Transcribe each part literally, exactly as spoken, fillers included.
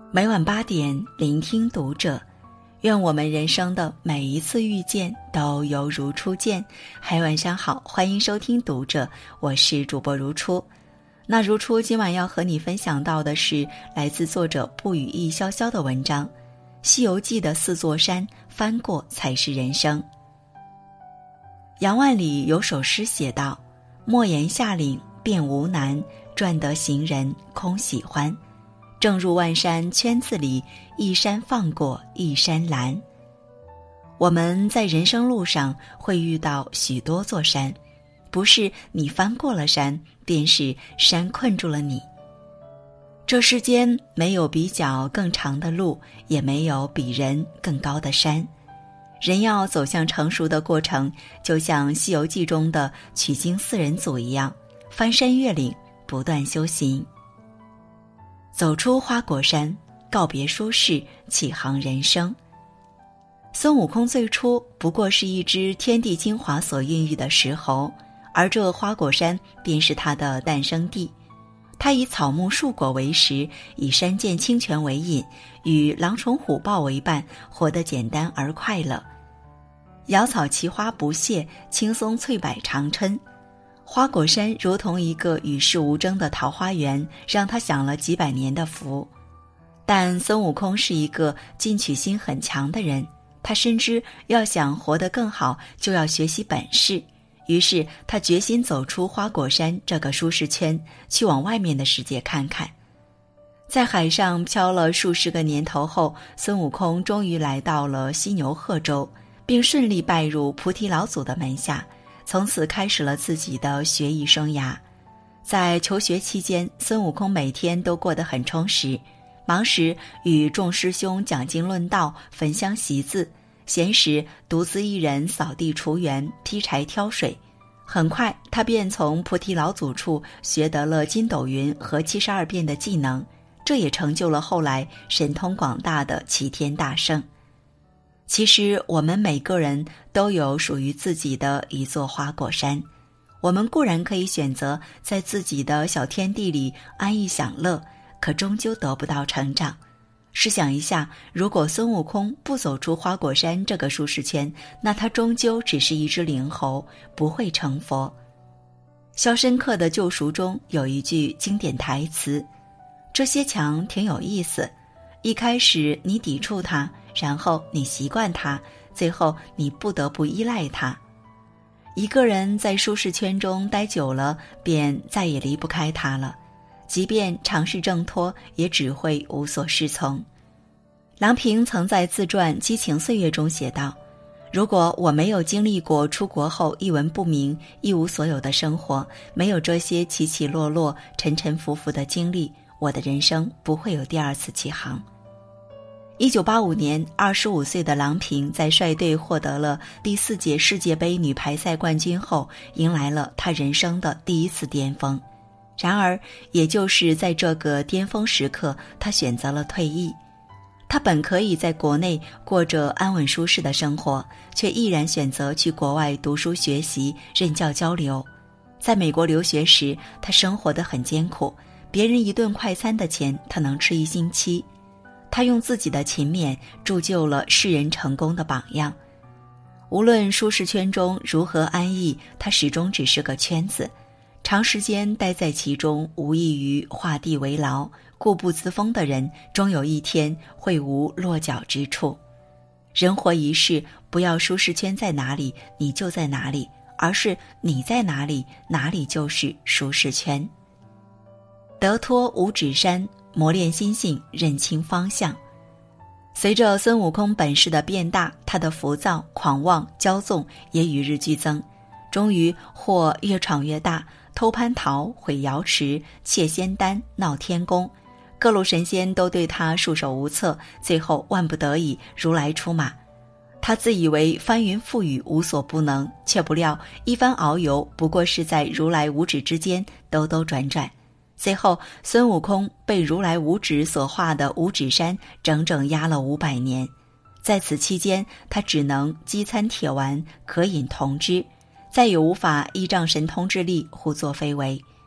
每晚八点，聆听读者。愿我们人生的每一次遇见都犹如初见。嗨，晚上好，欢迎收听读者，我是主播如初。那如初今晚要和你分享到的是来自作者不语意潇潇的文章《西游记的四座山，翻过才是人生》。杨万里有首诗写道：莫言下岭便无难，赚得行人空喜欢。正入万山圈子里，一山放过一山拦。我们在人生路上会遇到许多座山，不是你翻过了山，便是山困住了你。这世间没有比脚更长的路，也没有比人更高的山。人要走向成熟的过程，就像《西游记》中的取经四人组一样，翻山越岭，不断修行。走出花果山，告别舒适，启航人生。孙悟空最初不过是一只天地精华所孕育的石猴，而这花果山便是他的诞生地。他以草木树果为食，以山涧清泉为饮，与狼虫虎豹为伴，活得简单而快乐。瑶草奇花不谢，青松翠柏长春。花果山如同一个与世无争的桃花源，让他享了几百年的福。但孙悟空是一个进取心很强的人，他深知要想活得更好，就要学习本事。于是他决心走出花果山这个舒适圈，去往外面的世界看看。在海上漂了数十个年头后，孙悟空终于来到了犀牛贺州，并顺利拜入菩提老祖的门下，从此开始了自己的学艺生涯。在求学期间，孙悟空每天都过得很充实，忙时与众师兄讲经论道，焚香习字，闲时独自一人扫地除园，劈柴挑水。很快他便从菩提老祖处学得了筋斗云和七十二变的技能，这也成就了后来神通广大的齐天大圣。其实我们每个人都有属于自己的一座花果山，我们固然可以选择在自己的小天地里安逸享乐，可终究得不到成长。试想一下，如果孙悟空不走出花果山这个舒适圈，那他终究只是一只灵猴，不会成佛。《肖申克的救赎》中有一句经典台词：这些墙挺有意思，一开始你抵触它，然后你习惯它，最后你不得不依赖它。一个人在舒适圈中待久了，便再也离不开它了，即便尝试挣脱，也只会无所适从。郎平曾在自传《激情岁月》中写道：如果我没有经历过出国后一文不名、一无所有的生活，没有这些起起落落、沉沉浮浮的经历，我的人生不会有第二次起航。一九八五年，二十五岁的郎平在率队获得了第四届世界杯女排赛冠军后，迎来了她人生的第一次巅峰。然而，也就是在这个巅峰时刻，她选择了退役。她本可以在国内过着安稳舒适的生活，却毅然选择去国外读书学习、任教交流。在美国留学时，她生活得很艰苦，别人一顿快餐的钱，她能吃一星期。他用自己的勤勉铸就了世人成功的榜样。无论舒适圈中如何安逸，他始终只是个圈子，长时间待在其中，无异于画地为牢。固步自封的人，终有一天会无落脚之处。人活一世，不要舒适圈在哪里，你就在哪里，而是你在哪里，哪里就是舒适圈。得脱五指山，磨练心性，认清方向。随着孙悟空本事的变大，他的浮躁、狂妄、骄纵也与日俱增，终于或越闯越大，偷蟠桃、毁瑶池、窃仙丹、闹天宫，各路神仙都对他束手无策，最后万不得已，如来出马。他自以为翻云覆雨无所不能，却不料一番遨游不过是在如来五指之间兜兜转转。随后孙悟空被如来五指所画的五指山整整压了五百年，在此期间他只能饥餐铁丸，渴饮铜汁，再也无法依仗神通之力胡作非为。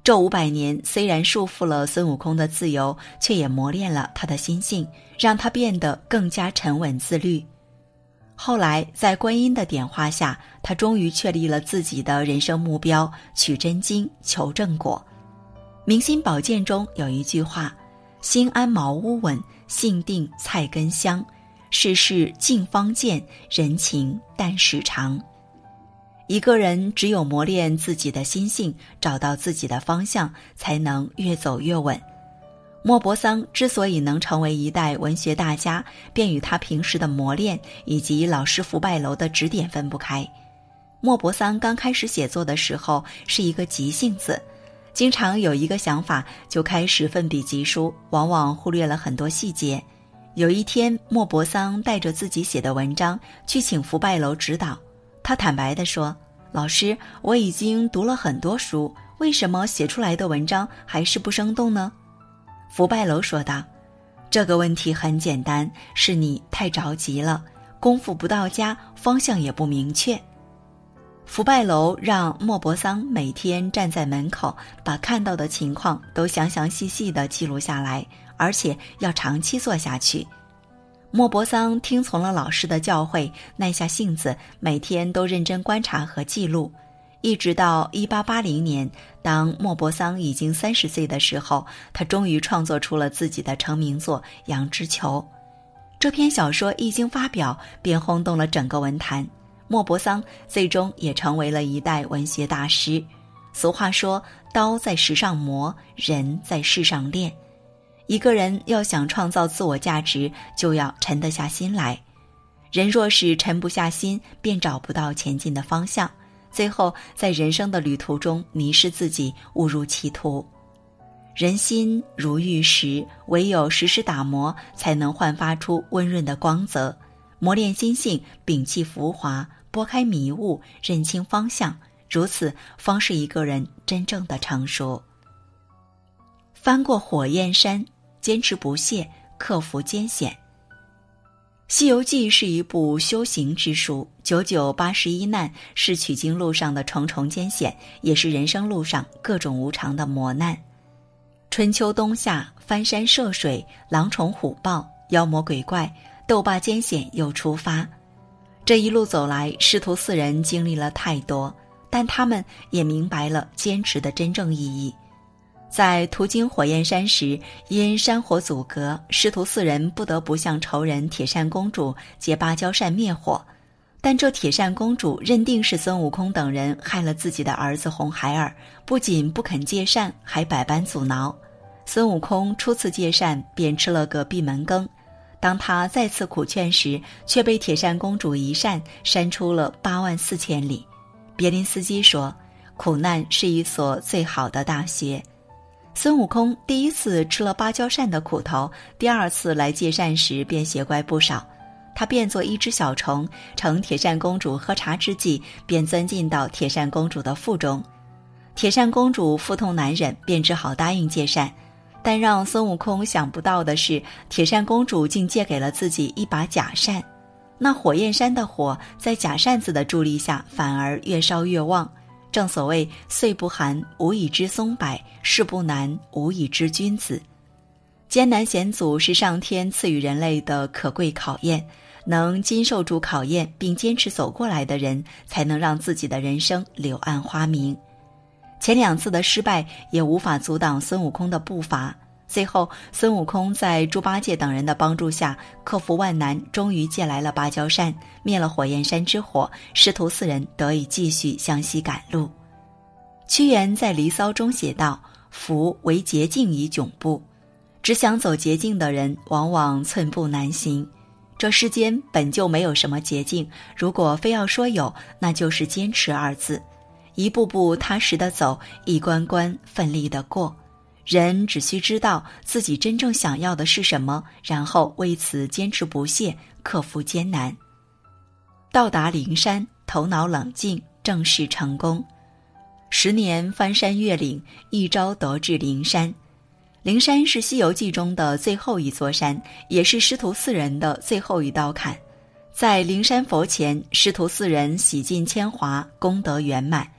这五百年虽然束缚了孙悟空的自由，却也磨练了他的心性，让他变得更加沉稳自律。后来在观音的点化下，他终于确立了自己的人生目标，取真经，求正果。明心宝鉴中有一句话：心安茅屋稳，性定菜根香，世事静方见，人情淡时长。一个人只有磨练自己的心性，找到自己的方向，才能越走越稳。莫泊桑之所以能成为一代文学大家，便与他平时的磨练以及老师福拜楼的指点分不开。莫泊桑刚开始写作的时候是一个急性子，经常有一个想法就开始奋笔疾书，往往忽略了很多细节。有一天，莫泊桑带着自己写的文章去请福拜楼指导，他坦白地说：老师，我已经读了很多书，为什么写出来的文章还是不生动呢？福拜楼说道：这个问题很简单，是你太着急了，功夫不到家，方向也不明确。福拜楼让莫泊桑每天站在门口，把看到的情况都详详细细地记录下来，而且要长期做下去。莫泊桑听从了老师的教诲，耐下性子，每天都认真观察和记录。一直到一八八零年，当莫泊桑已经三十岁的时候，他终于创作出了自己的成名作《羊脂球》。这篇小说一经发表，便轰动了整个文坛。莫泊桑最终也成为了一代文学大师。俗话说，刀在石上磨，人在世上练。一个人要想创造自我价值，就要沉得下心来。人若是沉不下心，便找不到前进的方向，最后在人生的旅途中迷失自己，误入歧途。人心如玉石，唯有时时打磨，才能焕发出温润的光泽。磨练心性，摒弃浮华，拨开迷雾，认清方向，如此方是一个人真正的成熟。翻过火焰山，坚持不懈，克服艰险。《西游记》是一部修行之书，九九八十一难是取经路上的重重艰险，也是人生路上各种无常的磨难。春秋冬夏，翻山涉水，狼虫虎豹，妖魔鬼怪，斗罢艰险又出发。这一路走来，师徒四人经历了太多，但他们也明白了坚持的真正意义。在途经火焰山时，因山火阻隔，师徒四人不得不向仇人铁扇公主借芭蕉扇灭火。但这铁扇公主认定是孙悟空等人害了自己的儿子红孩儿，不仅不肯借扇，还百般阻挠。孙悟空初次借扇便吃了个闭门羹，当他再次苦劝时，却被铁扇公主一扇扇出了八万四千里。别林斯基说，苦难是一所最好的大学。孙悟空第一次吃了芭蕉扇的苦头，第二次来借扇时便学乖不少。他变作一只小虫，乘铁扇公主喝茶之际，便钻进到铁扇公主的腹中。铁扇公主腹痛难忍，便只好答应借扇。但让孙悟空想不到的是，铁扇公主竟借给了自己一把假扇。那火焰山的火在假扇子的助力下，反而越烧越旺。正所谓岁不寒，无以知松柏；事不难，无以知君子。艰难险阻是上天赐予人类的可贵考验，能经受住考验并坚持走过来的人，才能让自己的人生柳暗花明。前两次的失败也无法阻挡孙悟空的步伐。最后，孙悟空在猪八戒等人的帮助下，克服万难，终于借来了芭蕉扇，灭了火焰山之火，师徒四人得以继续向西赶路。屈原在《离骚》中写道：夫为捷径以迥步。只想走捷径的人，往往寸步难行。这世间本就没有什么捷径，如果非要说有，那就是坚持二字。一步步踏实地走，一关关奋力地过。人只需知道自己真正想要的是什么，然后为此坚持不懈，克服艰难。到达灵山，头脑冷静，正式成功。十年翻山越岭，一朝得至灵山。灵山是《西游记》中的最后一座山，也是师徒四人的最后一道坎。在灵山佛前，师徒四人洗尽铅华，功德圆满。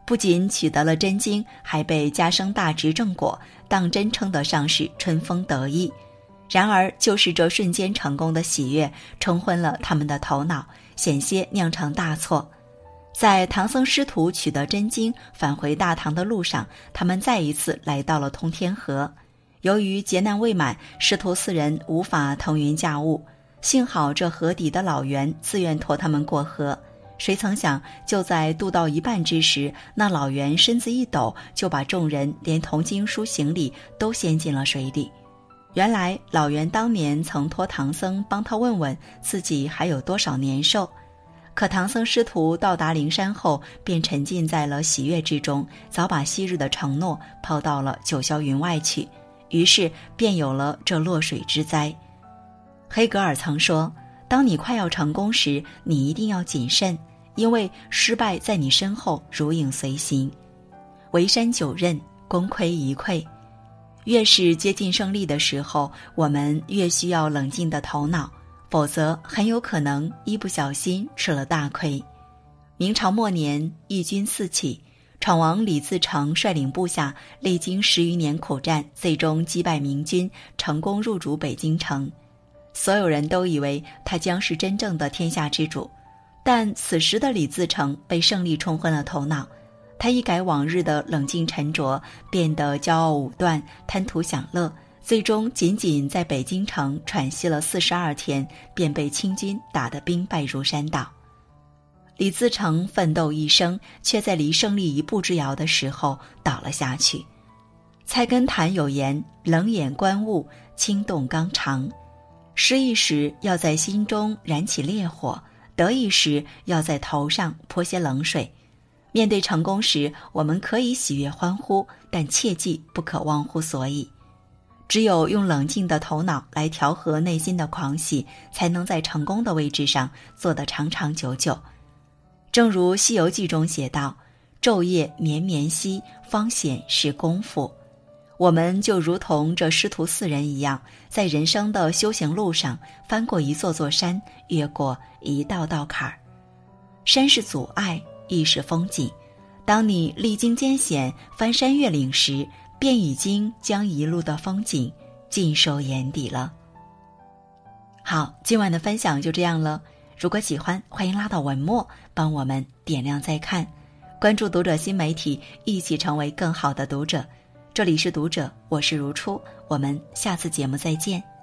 不仅取得了真经，还被加升大职正果，当真称得上是春风得意。然而就是这瞬间成功的喜悦冲昏了他们的头脑，险些酿成大错。在唐僧师徒取得真经返回大唐的路上，他们再一次来到了通天河。由于劫难未满，师徒四人无法腾云驾雾，幸好这河底的老猿自愿驮他们过河。谁曾想，就在渡到一半之时，那老猿身子一抖，就把众人连同经书行李都掀进了水里。原来老猿当年曾托唐僧帮他问问自己还有多少年寿，可唐僧师徒到达灵山后，便沉浸在了喜悦之中，早把昔日的承诺抛到了九霄云外去，于是便有了这落水之灾。黑格尔曾说，当你快要成功时，你一定要谨慎，因为失败在你身后如影随形。围山九仞，功亏一篑。越是接近胜利的时候，我们越需要冷静的头脑，否则很有可能一不小心吃了大亏。明朝末年，义军四起，闯王李自成率领部下历经十余年苦战，最终击败明军，成功入主北京城。所有人都以为他将是真正的天下之主，但此时的李自成被胜利冲昏了头脑。他一改往日的冷静沉着，变得骄傲武断，贪图享乐，最终仅仅在北京城喘息了四十二天，便被清军打得兵败如山倒。李自成奋斗一生，却在离胜利一步之遥的时候倒了下去。菜根谭有言，冷眼观物，轻动刚肠。失意时要在心中燃起烈火，得意时要在头上泼些冷水。面对成功时，我们可以喜悦欢呼，但切记不可忘乎所以。只有用冷静的头脑来调和内心的狂喜，才能在成功的位置上坐得长长久久。正如《西游记》中写道，昼夜绵绵兮，方显是功夫。我们就如同这师徒四人一样，在人生的修行路上，翻过一座座山，越过一道道坎儿。山是阻碍，亦是风景。当你历经艰险，翻山越岭时，便已经将一路的风景尽收眼底了。好，今晚的分享就这样了。如果喜欢，欢迎拉到文末帮我们点亮再看，关注读者新媒体，一起成为更好的读者。这里是读者，我是如初，我们下次节目再见。